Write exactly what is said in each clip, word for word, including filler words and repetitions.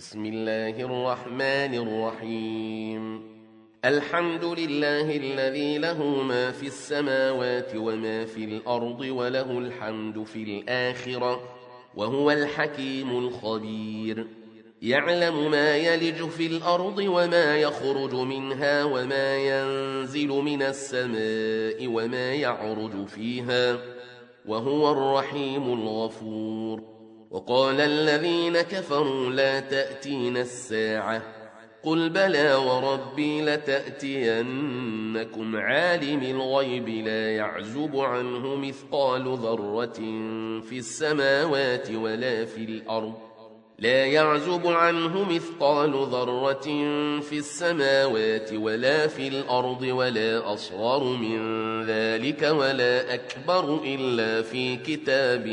بسم الله الرحمن الرحيم الحمد لله الذي له ما في السماوات وما في الأرض وله الحمد في الآخرة وهو الحكيم الخبير يعلم ما يلج في الأرض وما يخرج منها وما ينزل من السماء وما يعرج فيها وهو الرحيم الغفور وقال الذين كفروا لا تأتين الساعة قل بلى وربي لتأتينكم عالم الغيب لا يعزب عنه مثقال ذرة في السماوات ولا في الأرض لا يعزب عنه مثقال ذرة في السماوات ولا في الأرض ولا أصغر من ذلك ولا أكبر إلا في كتاب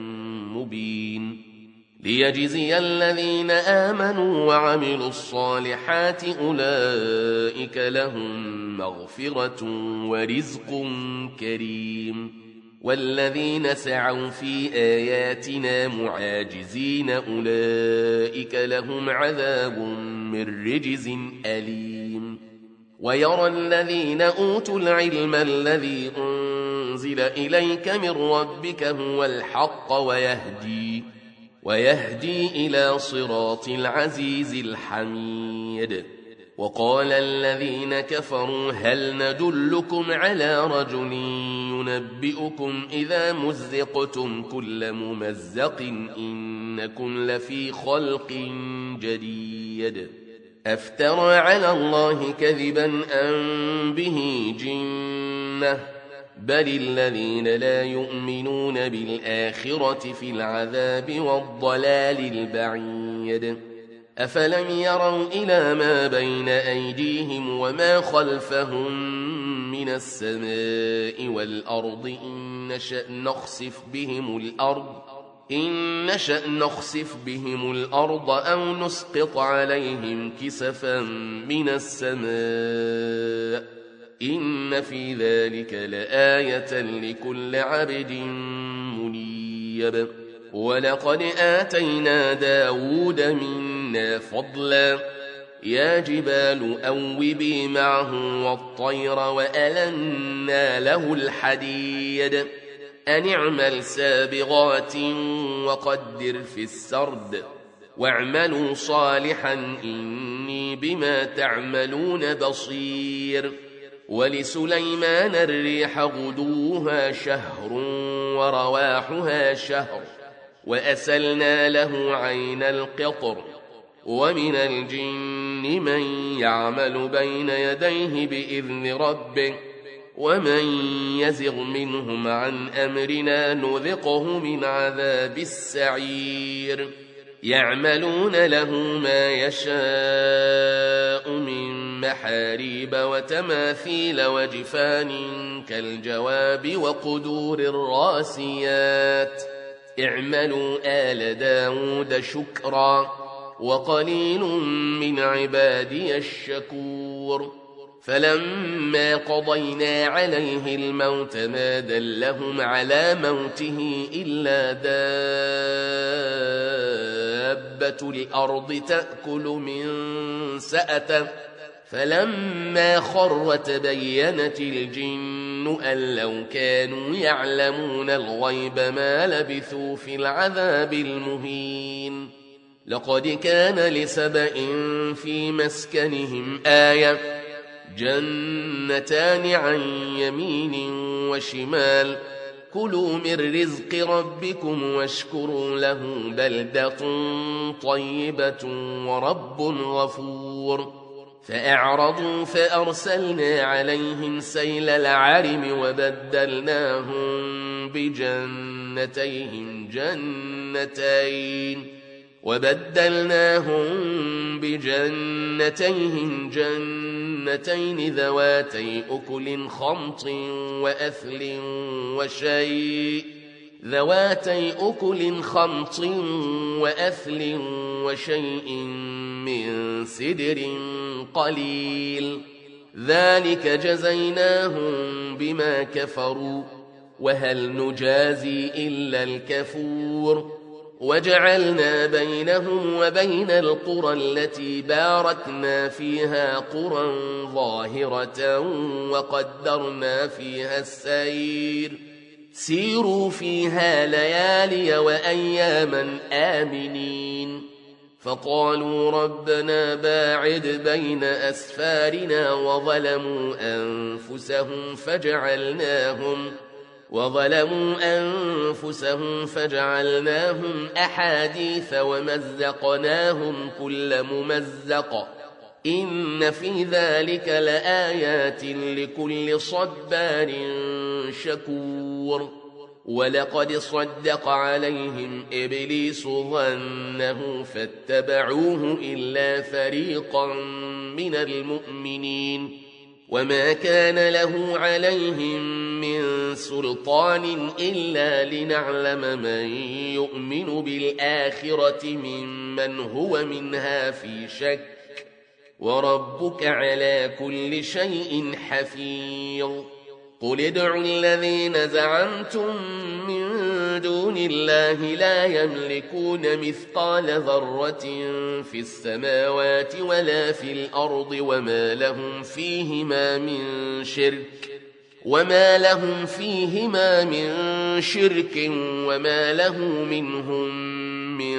مبين ليجزي الذين آمنوا وعملوا الصالحات أولئك لهم مغفرة ورزق كريم والذين سعوا في آياتنا معاجزين أولئك لهم عذاب من رجز أليم ويرى الذين أوتوا العلم الذي أنزل إليك من ربك هو الحق ويهدي ويهدي إلى صراط العزيز الحميد وقال الذين كفروا هل ندلكم على رجل ينبئكم إذا مزقتم كل ممزق إنكم لفي خلق جديد أفترى على الله كذبا أم به جنة بل الذين لا يؤمنون بالآخرة في العذاب والضلال البعيد أفلم يروا إلى ما بين أيديهم وما خلفهم من السماء والأرض إن نشأ نخسف بهم الأرض إن نشأ نخسف بهم الأرض أو نسقط عليهم كسفا من السماء إن في ذلك لآية لكل عبد منيب ولقد آتينا داود منا فضلا يا جبال أوبي معه والطير وألنا له الحديد أن اعمل سابغات وقدر في السرد واعملوا صالحا إني بما تعملون بصير ولسليمان الريح غدوها شهر ورواحها شهر وأسلنا له عين القطر ومن الجن من يعمل بين يديه بإذن ربه ومن يزغ منهم عن أمرنا نذقه من عذاب السعير يعملون له ما يشاء من محاريب وتماثيل وجفان كالجواب وقدور الراسيات اعملوا آل داود شكرا وقليل من عبادي الشكور فلما قضينا عليه الموت ما دلهم على موته إلا دابة الأرض تأكل من سأته فلما خر تبينت الجن أن لو كانوا يعلمون الغيب ما لبثوا في العذاب المهين لقد كان لسبإ في مسكنهم آية جنتان عن يمين وشمال كلوا من رزق ربكم واشكروا له بلدة طيبة ورب غفور فأعرضوا فأرسلنا عليهم سيل العرم وبدلناهم بجنتيهم جنتين وبدلناهم بجنتيهم جنتين ذواتي أكل خمط وأثل وشيء ذواتي أكل خمط وأثل وشيء من سدر قليل ذلك جزيناهم بما كفروا وهل نجازي إلا الكفور وجعلنا بينهم وبين القرى التي باركنا فيها قرى ظاهرة وقدرنا فيها السير سيروا فيها ليالي وأياما آمنين فقالوا ربنا باعد بين أسفارنا وظلموا أنفسهم فجعلناهم وظلموا أنفسهم فجعلناهم أحاديث ومزقناهم كل ممزق إن في ذلك لآيات لكل صبار شكور ولقد صدق عليهم إبليس ظنه فاتبعوه إلا فريقا من المؤمنين وما كان له عليهم من سلطان إلا لنعلم من يؤمن بالآخرة ممن هو منها في شك وربك على كل شيء حفيظ قل ادعوا الذين زعمتم من دون الله لا يملكون مثقال ذرة في السماوات ولا في الأرض وما لهم فيهما من شرك وما لهم فيهما من شرك وما له منهم من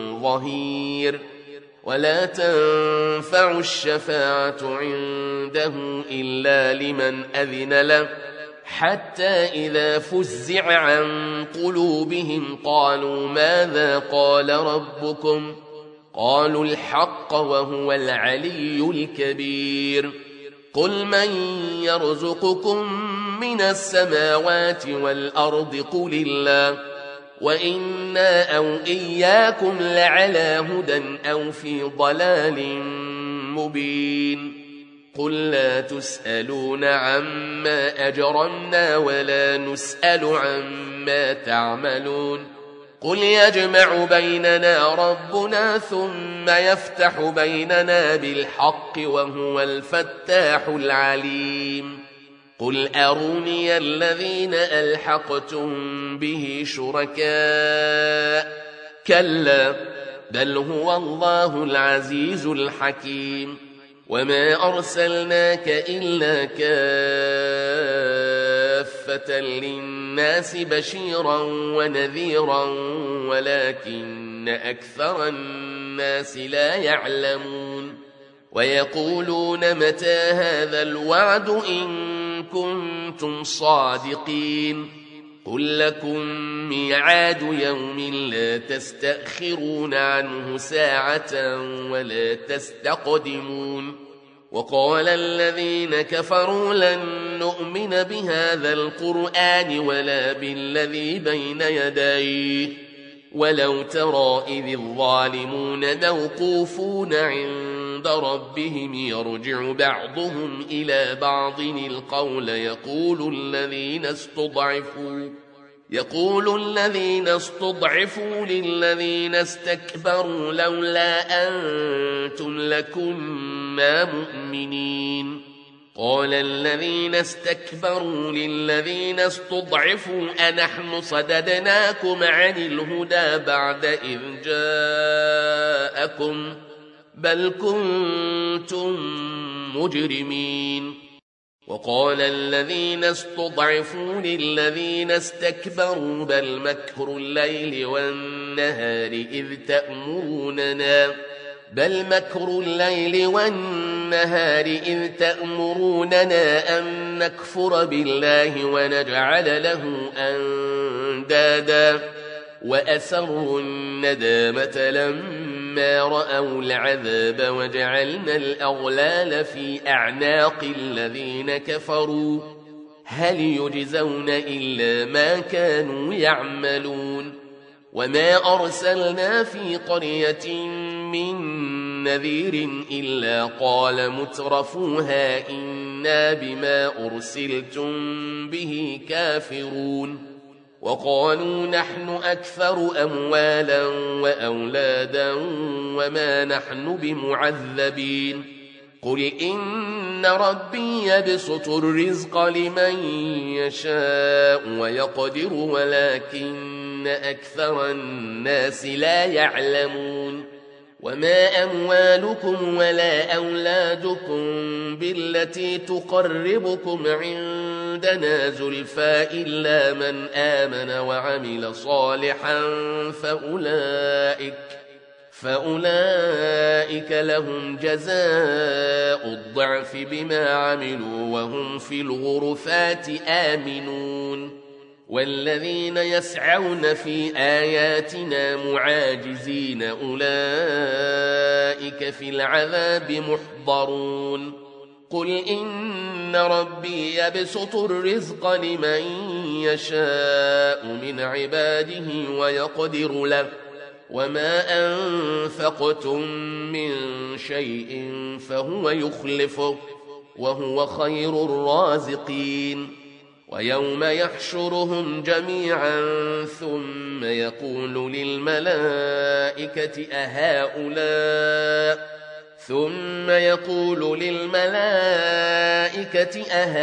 ظهير ولا تنفع الشفاعة عنده إلا لمن أذن له حتى إذا فزع عن قلوبهم قالوا ماذا قال ربكم قالوا الحق وهو العلي الكبير قل من يرزقكم من السماوات والأرض قل الله وإنا أو إياكم لعلى هدى أو في ضلال مبين قل لا تسألون عما أجرمنا ولا نسأل عما تعملون قل يجمع بيننا ربنا ثم يفتح بيننا بالحق وهو الفتاح العليم قل أروني الذين ألحقتم به شركاء كلا بل هو الله العزيز الحكيم وما أرسلناك إلا كافة للناس بشيرا ونذيرا ولكن أكثر الناس لا يعلمون ويقولون متى هذا الوعد إن كنتم صادقين قل لكم ميعاد يوم لا تستأخرون عنه ساعة ولا تستقدمون وقال الذين كفروا لن نؤمن بهذا القرآن ولا بالذي بين يديه ولو ترى إذ الظالمون موقوفون عند ربهم يرجع بعضهم إلى بعض القول يقول الذين استضعفوا يقول الذين استضعفوا للذين استكبروا لولا أنتم لكنا مؤمنين قال الذين استكبروا للذين استضعفوا أنحن صددناكم عن الهدى بعد إذ جاءكم بل كنتم مجرمين وقال الذين استضعفوا للذين استكبروا بل مكر الليل والنهار إذ تأمروننا بل مكر الليل والنهار إذ تأمروننا أن نكفر بالله ونجعل له أندادا وأسروا الندامة لما رأوا العذاب وجعلنا الأغلال في أعناق الذين كفروا هل يجزون إلا ما كانوا يعملون وما أرسلنا في قرية من نذير إلا قال مترفوها إنا بما أرسلتم به كافرون وقالوا نحن أكثر أموالا وأولادا وما نحن بمعذبين قل إن ربي يبسط الرزق لمن يشاء ويقدر ولكن أكثر الناس لا يعلمون وما أموالكم ولا أولادكم بالتي تقربكم عندنا زلفى إلا من آمن وعمل صالحا فأولئك فأولئك لهم جزاء الضعف بما عملوا وهم في الغرفات آمنون والذين يسعون في آياتنا معاجزين أولئك في العذاب محضرون قل إن ربي يبسط الرزق لمن يشاء من عباده ويقدر له وما أنفقتم من شيء فهو يخلفه وهو خير الرازقين ويوم يحشرهم جميعا ثم يقول للملائكة أهؤلاء ثم يقول للملائكة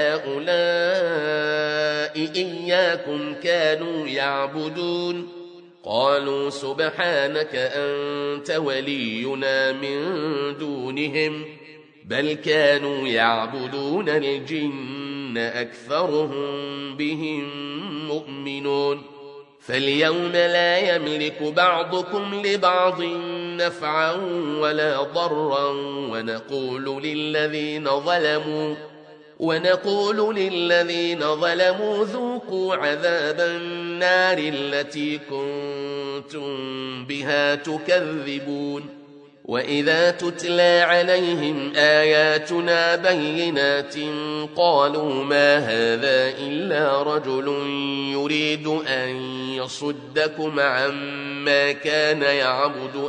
أهؤلاء إياكم كانوا يعبدون قالوا سبحانك أنت ولينا من دونهم بل كانوا يعبدون الجن أكثرهم بهم مؤمنون فاليوم لا يملك بعضكم لبعض نفعا ولا ضرا ونقول للذين ظلموا ونقول للذين ظلموا ذوقوا عذاب النار التي كنتم بها تكذبون وإذا تتلى عليهم آياتنا بينات قالوا ما هذا إلا رجل يريد أن يصدكم عما كان يعبد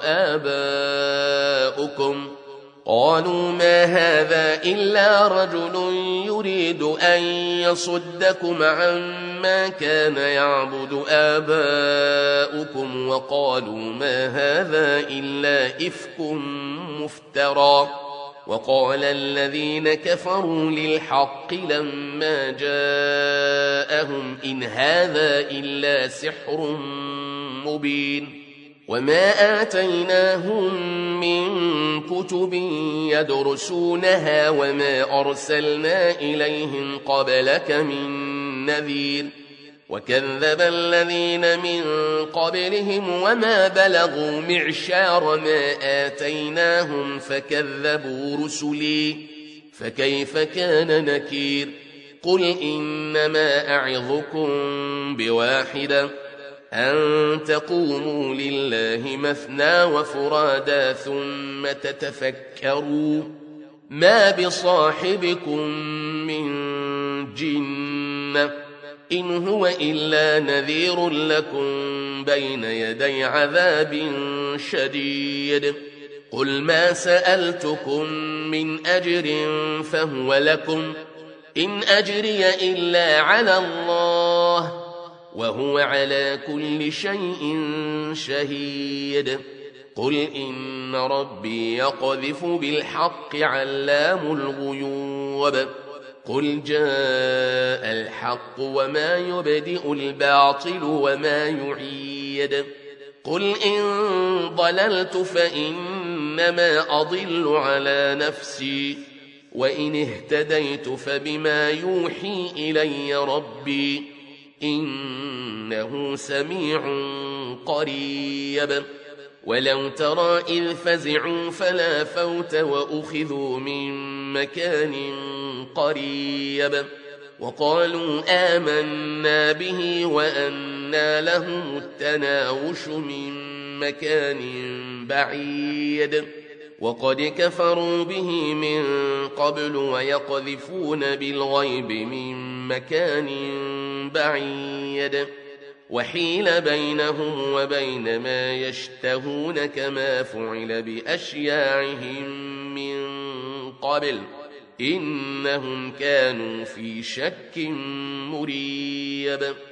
آباؤكم قالوا ما هذا إلا رجل يريد أن يصدكم عما كان يعبد آباؤكم وقالوا ما هذا إلا إفك مفترى وقال الذين كفروا للحق لما جاءهم إن هذا إلا سحر مبين وما آتيناهم من كتب يدرسونها وما أرسلنا إليهم قبلك من نذير وكذب الذين من قبلهم وما بلغوا معشار ما آتيناهم فكذبوا رسلي فكيف كان نكير قل إنما أعظكم بواحدة أن تقوموا لله مثنى وفرادا ثم تتفكروا ما بصاحبكم من جنة إن هو إلا نذير لكم بين يدي عذاب شديد قل ما سألتكم من أجر فهو لكم إن أجري إلا على الله وهو على كل شيء شهيد قل إن ربي يقذف بالحق علام الغيوب قل جاء الحق وما يبدئ الباطل وما يعيد قل إن ضللت فإنما أضل على نفسي وإن اهتديت فبما يوحي إلي ربي إنه سميع قريب ولو ترى إذ فزعوا فلا فوت وأخذوا من مكان قريب وقالوا آمنا به وأنى لهم التناوش من مكان بعيد وقد كفروا به من قبل ويقذفون بالغيب من مكان بعيد وحيل بينهم وبين ما يشتهون كما فعل بأشياعهم من قبل إنهم كانوا في شك مريب